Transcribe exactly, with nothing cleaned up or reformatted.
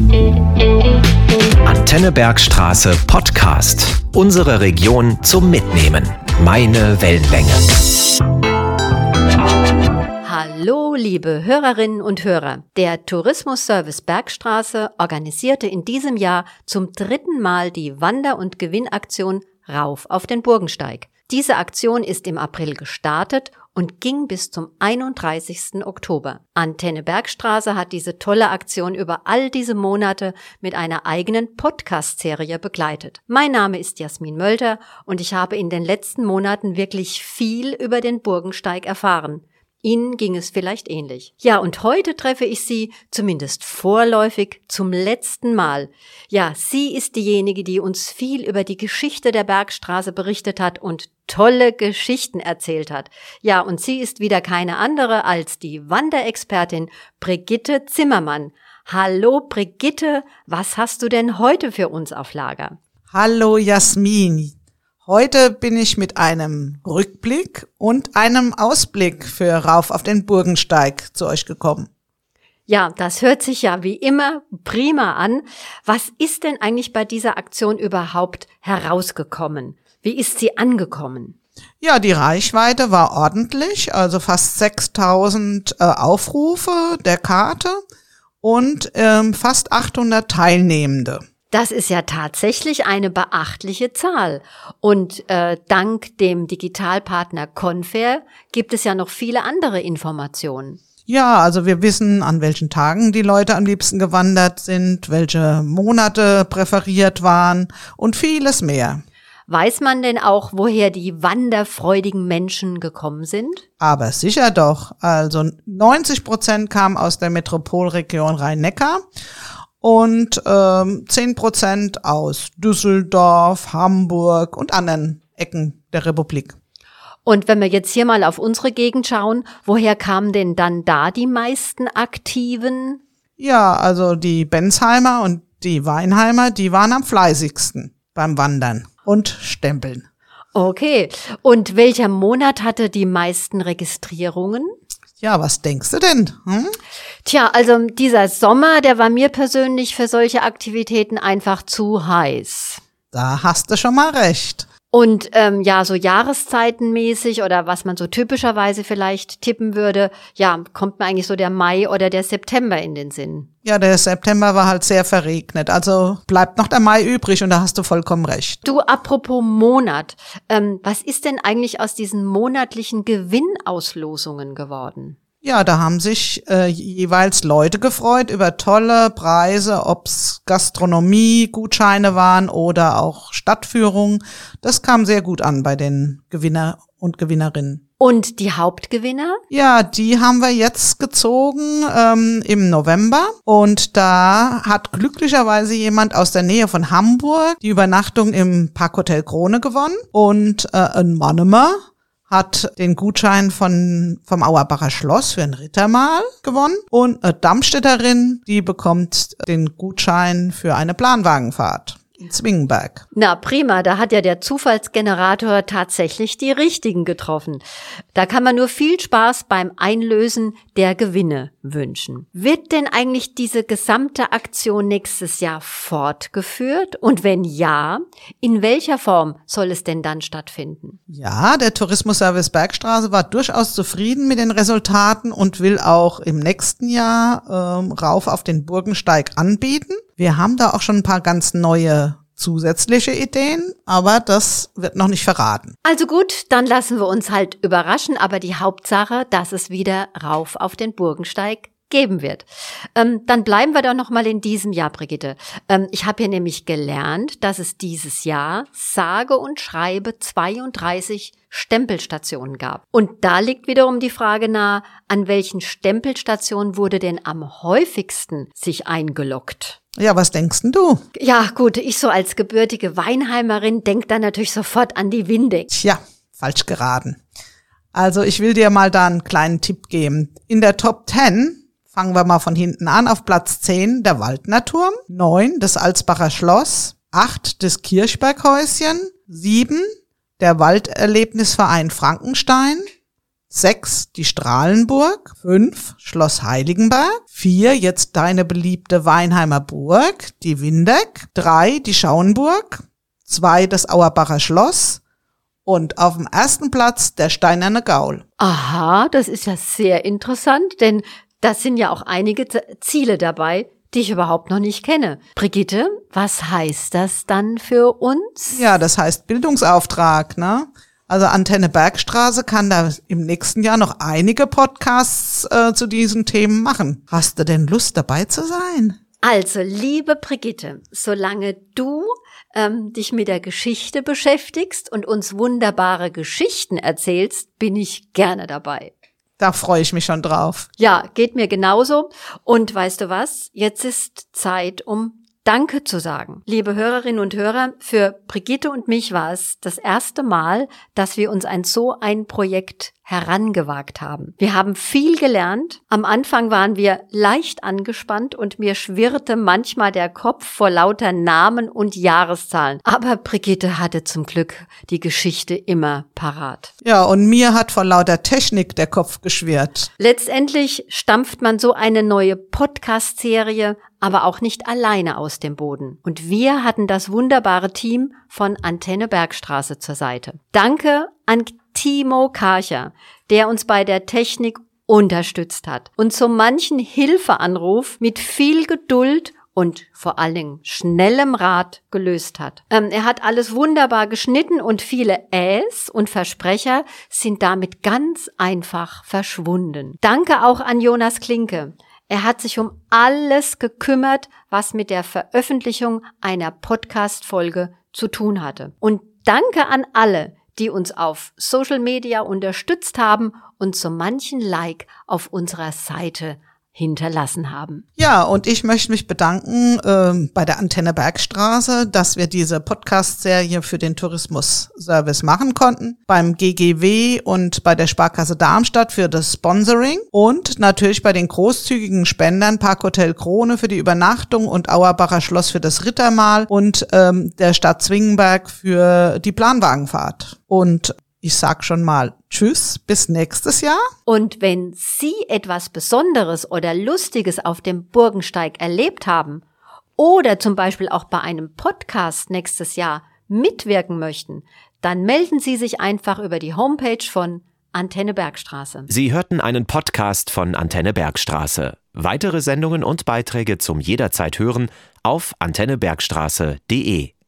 Antenne Bergstraße Podcast. Unsere Region zum Mitnehmen. Meine Wellenlänge. Hallo, liebe Hörerinnen und Hörer. Der Tourismusservice Bergstraße organisierte in diesem Jahr zum dritten Mal die Wander- und Gewinnaktion Rauf auf den Burgensteig. Diese Aktion ist im April gestartet und ging bis zum einunddreißigsten Oktober. Antenne Bergstraße hat diese tolle Aktion über all diese Monate mit einer eigenen Podcast-Serie begleitet. Mein Name ist Jasmin Mölter und ich habe in den letzten Monaten wirklich viel über den Burgensteig erfahren. Ihnen ging es vielleicht ähnlich. Ja, und heute treffe ich Sie, zumindest vorläufig, zum letzten Mal. Ja, sie ist diejenige, die uns viel über die Geschichte der Bergstraße berichtet hat und tolle Geschichten erzählt hat. Ja, und sie ist wieder keine andere als die Wanderexpertin Brigitte Zimmermann. Hallo Brigitte, was hast du denn heute für uns auf Lager? Hallo Jasmin. Heute bin ich mit einem Rückblick und einem Ausblick für Rauf auf den Burgensteig zu euch gekommen. Ja, das hört sich ja wie immer prima an. Was ist denn eigentlich bei dieser Aktion überhaupt herausgekommen? Wie ist sie angekommen? Ja, die Reichweite war ordentlich, also fast sechstausend äh, Aufrufe der Karte und ähm, fast achthundert Teilnehmende. Das ist ja tatsächlich eine beachtliche Zahl. Und äh, dank dem Digitalpartner Confair gibt es ja noch viele andere Informationen. Ja, also wir wissen, an welchen Tagen die Leute am liebsten gewandert sind, welche Monate präferiert waren und vieles mehr. Weiß man denn auch, woher die wanderfreudigen Menschen gekommen sind? Aber sicher doch. Also neunzig Prozent kamen aus der Metropolregion Rhein-Neckar. Und ähm, zehn Prozent aus Düsseldorf, Hamburg und anderen Ecken der Republik. Und wenn wir jetzt hier mal auf unsere Gegend schauen, woher kamen denn dann da die meisten Aktiven? Ja, also die Bensheimer und die Weinheimer, die waren am fleißigsten beim Wandern und Stempeln. Okay, und welcher Monat hatte die meisten Registrierungen? Ja, was denkst du denn? Hm? Tja, also dieser Sommer, der war mir persönlich für solche Aktivitäten einfach zu heiß. Da hast du schon mal recht. Und ähm, ja, so jahreszeitenmäßig oder was man so typischerweise vielleicht tippen würde, ja, kommt mir eigentlich so der Mai oder der September in den Sinn. Ja, der September war halt sehr verregnet, also bleibt noch der Mai übrig und da hast du vollkommen recht. Du, apropos Monat, ähm, was ist denn eigentlich aus diesen monatlichen Gewinnauslosungen geworden? Ja, da haben sich äh, jeweils Leute gefreut über tolle Preise, ob's Gastronomie, Gutscheine waren oder auch Stadtführungen. Das kam sehr gut an bei den Gewinner und Gewinnerinnen. Und die Hauptgewinner? Ja, die haben wir jetzt gezogen ähm, im November. Und da hat glücklicherweise jemand aus der Nähe von Hamburg die Übernachtung im Parkhotel Krone gewonnen. Und äh, ein Mannemer hat den Gutschein von vom Auerbacher Schloss für ein Rittermahl gewonnen. Und eine Darmstädterin, die bekommt den Gutschein für eine Planwagenfahrt in Zwingenberg. Na prima, da hat ja der Zufallsgenerator tatsächlich die Richtigen getroffen. Da kann man nur viel Spaß beim Einlösen der Gewinne wünschen. Wird denn eigentlich diese gesamte Aktion nächstes Jahr fortgeführt? Und wenn ja, in welcher Form soll es denn dann stattfinden? Ja, der Tourismusservice Bergstraße war durchaus zufrieden mit den Resultaten und will auch im nächsten Jahr ähm, Rauf auf den Burgensteig anbieten. Wir haben da auch schon ein paar ganz neue zusätzliche Ideen, aber das wird noch nicht verraten. Also gut, dann lassen wir uns halt überraschen, aber die Hauptsache, dass es wieder Rauf auf den Burgensteig geben wird. Ähm, dann bleiben wir doch noch mal in diesem Jahr, Brigitte. Ähm, ich habe hier nämlich gelernt, dass es dieses Jahr sage und schreibe zweiunddreißig Stempelstationen gab. Und da liegt wiederum die Frage nahe, an welchen Stempelstationen wurde denn am häufigsten sich eingeloggt? Ja, was denkst denn du? Ja, gut, ich so als gebürtige Weinheimerin denk dann natürlich sofort an die Windeck. Tja, falsch geraten. Also ich will dir mal da einen kleinen Tipp geben. In der Top zehn fangen wir mal von hinten an. Auf Platz zehn der Waldnerturm, neun das Alsbacher Schloss, acht das Kirchberghäuschen, sieben der Walderlebnisverein Frankenstein, sechs die Strahlenburg, fünf Schloss Heiligenberg, vier jetzt deine beliebte Weinheimer Burg, die Windeck, drei die Schauenburg, zwei das Auerbacher Schloss und auf dem ersten Platz der Steinerne Gaul. Aha, das ist ja sehr interessant, denn das sind ja auch einige Ziele dabei, die ich überhaupt noch nicht kenne. Brigitte, was heißt das dann für uns? Ja, das heißt Bildungsauftrag, ne? Also Antenne Bergstraße kann da im nächsten Jahr noch einige Podcasts äh, zu diesen Themen machen. Hast du denn Lust, dabei zu sein? Also, liebe Brigitte, solange du ähm, dich mit der Geschichte beschäftigst und uns wunderbare Geschichten erzählst, bin ich gerne dabei. Da freue ich mich schon drauf. Ja, geht mir genauso. Und weißt du was? Jetzt ist Zeit, um Danke zu sagen. Liebe Hörerinnen und Hörer, für Brigitte und mich war es das erste Mal, dass wir uns an so ein Projekt herangewagt haben. Wir haben viel gelernt. Am Anfang waren wir leicht angespannt und mir schwirrte manchmal der Kopf vor lauter Namen und Jahreszahlen. Aber Brigitte hatte zum Glück die Geschichte immer parat. Ja, und mir hat vor lauter Technik der Kopf geschwirrt. Letztendlich stampft man so eine neue Podcast-Serie aber auch nicht alleine aus dem Boden. Und wir hatten das wunderbare Team von Antenne Bergstraße zur Seite. Danke an Timo Karcher, der uns bei der Technik unterstützt hat und so manchen Hilfeanruf mit viel Geduld und vor allen Dingen schnellem Rat gelöst hat. Ähm, er hat alles wunderbar geschnitten und viele Äs und Versprecher sind damit ganz einfach verschwunden. Danke auch an Jonas Klinke. Er hat sich um alles gekümmert, was mit der Veröffentlichung einer Podcast-Folge zu tun hatte. Und danke an alle, die uns auf Social Media unterstützt haben und so manchen Like auf unserer Seite hinterlassen haben. Ja, und ich möchte mich bedanken äh, bei der Antenne Bergstraße, dass wir diese Podcast-Serie für den Tourismus-Service machen konnten, beim G G W und bei der Sparkasse Darmstadt für das Sponsoring und natürlich bei den großzügigen Spendern Parkhotel Krone für die Übernachtung und Auerbacher Schloss für das Rittermahl und ähm, der Stadt Zwingenberg für die Planwagenfahrt. Und ich sag schon mal Tschüss, bis nächstes Jahr. Und wenn Sie etwas Besonderes oder Lustiges auf dem Burgensteig erlebt haben oder zum Beispiel auch bei einem Podcast nächstes Jahr mitwirken möchten, dann melden Sie sich einfach über die Homepage von Antenne Bergstraße. Sie hörten einen Podcast von Antenne Bergstraße. Weitere Sendungen und Beiträge zum jederzeit hören auf antenne bergstraße punkt de.